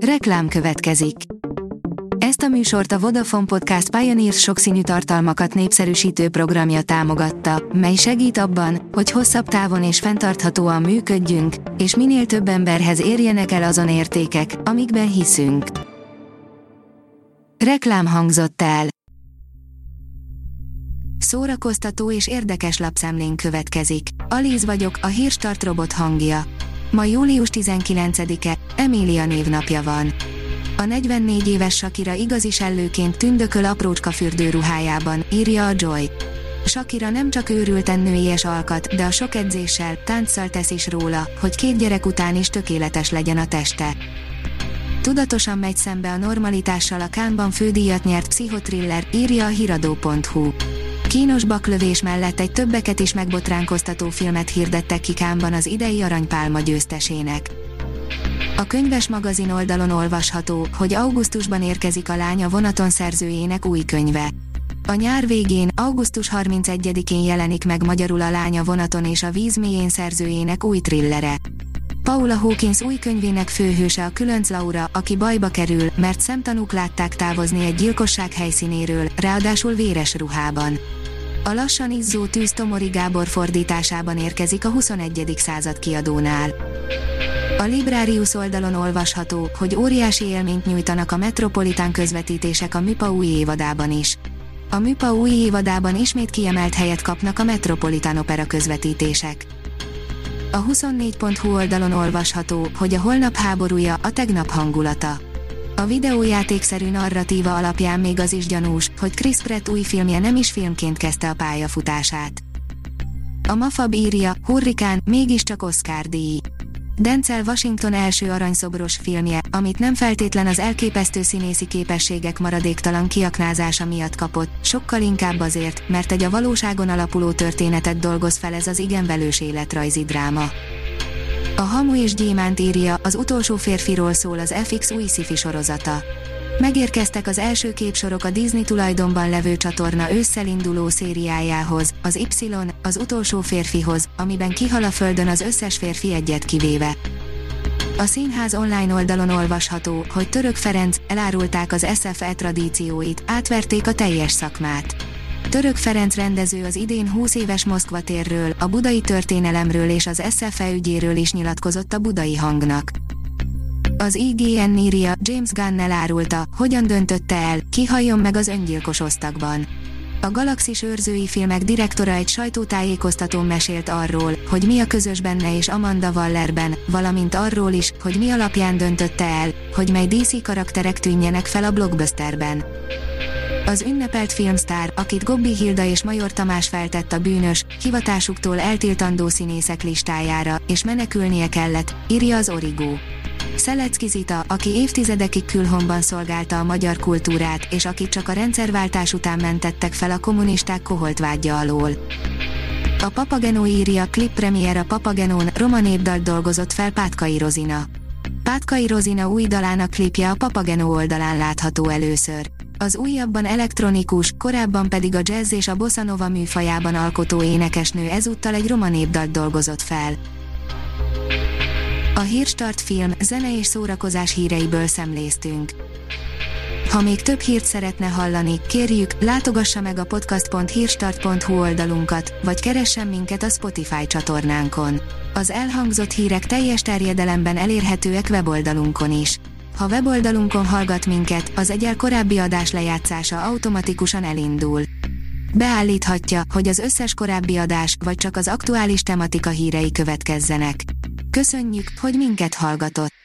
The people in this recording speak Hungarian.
Reklám következik. Ezt a műsort a Vodafone Podcast Pioneers sokszínű tartalmakat népszerűsítő programja támogatta, mely segít abban, hogy hosszabb távon és fenntarthatóan működjünk, és minél több emberhez érjenek el azon értékek, amikben hiszünk. Reklám hangzott el. Szórakoztató és érdekes lapszemlén következik. Alíz vagyok, a Hírstart robot hangja. Ma július 19-e, Emília névnapja van. A 44 éves Shakira igazi sellőként tündököl aprócska fürdőruhájában, írja a Joy. Shakira nem csak őrülten nőies alkat, de a sok edzéssel, tánccal tesz is róla, hogy 2 gyerek után is tökéletes legyen a teste. Tudatosan megy szembe a normalitással a Cannes-ban fődíjat nyert pszichotriller, írja a hiradó.hu. Kínos baklövés mellett egy többeket is megbotránkoztató filmet hirdettek ki Cannes-ban az idei Aranypálma győztesének. A Könyves magazin oldalon olvasható, hogy augusztusban érkezik a Lány a vonaton szerzőjének új könyve. A nyár végén, augusztus 31-én jelenik meg magyarul a Lány a vonaton és a víz mélyén szerzőjének új thrillere. Paula Hawkins új könyvének főhőse a Különc Laura, aki bajba kerül, mert szemtanúk látták távozni egy gyilkosság helyszínéről, ráadásul véres ruhában. A lassan izzó tűz Tomori Gábor fordításában érkezik a 21. század kiadónál. A Librarius oldalon olvasható, hogy óriási élményt nyújtanak a Metropolitán közvetítések a Műpa új évadában is. A Műpa új évadában ismét kiemelt helyet kapnak a Metropolitán opera közvetítések. A 24.hu oldalon olvasható, hogy a holnap háborúja, a tegnap hangulata. A videójátékszerű narratíva alapján még az is gyanús, hogy Chris Pratt új filmje nem is filmként kezdte a pályafutását. A Mafab írja, Hurrikán, mégiscsak Oscar-díj. Denzel Washington első aranyszobros filmje, amit nem feltétlen az elképesztő színészi képességek maradéktalan kiaknázása miatt kapott, sokkal inkább azért, mert egy a valóságon alapuló történetet dolgoz fel ez az igen velős életrajzi dráma. A Hamu és Gyémánt írja, az utolsó férfiról szól az FX új sci-fi sorozata. Megérkeztek az első képsorok a Disney tulajdonban levő csatorna ősszel induló szériájához, az Y, az utolsó férfihoz, amiben kihal a földön az összes férfi egyet kivéve. A színház online oldalon olvasható, hogy Török Ferenc, elárulták az SFE tradícióit, átverték a teljes szakmát. Török Ferenc rendező az idén 20 éves Moszkva térről, a budai történelemről és az SFE ügyéről is nyilatkozott a Budai Hangnak. Az IGN írja, James Gunn elárulta, hogyan döntötte el, ki halljon meg az öngyilkos osztagban. A Galaxis őrzői filmek direktora egy sajtótájékoztatón mesélt arról, hogy mi a közös benne és Amanda Wallerben, valamint arról is, hogy mi alapján döntötte el, hogy mely DC karakterek tűnjenek fel a blockbusterben. Az ünnepelt filmsztár, akit Gobbi Hilda és Major Tamás feltett a bűnös, hivatásuktól eltiltandó színészek listájára, és menekülnie kellett, írja az Origo. Szelecki Zita, aki évtizedekig külhonban szolgálta a magyar kultúrát, és akit csak a rendszerváltás után mentettek fel a kommunisták koholt vádja alól. A Papageno írja, klip premier a Papagenón, roma népdalt dolgozott fel Pátkai Rozina. Pátkai Rozina új dalának klipje a Papageno oldalán látható először. Az újabban elektronikus, korábban pedig a jazz és a bossa nova műfajában alkotó énekesnő ezúttal egy roma népdalt dolgozott fel. A Hírstart film, zene és szórakozás híreiből szemléztünk. Ha még több hírt szeretne hallani, kérjük, látogassa meg a podcast.hírstart.hu oldalunkat, vagy keressen minket a Spotify csatornánkon. Az elhangzott hírek teljes terjedelemben elérhetőek weboldalunkon is. Ha weboldalunkon hallgat minket, az egyel korábbi adás lejátszása automatikusan elindul. Beállíthatja, hogy az összes korábbi adás, vagy csak az aktuális tematika hírei következzenek. Köszönjük, hogy minket hallgatott!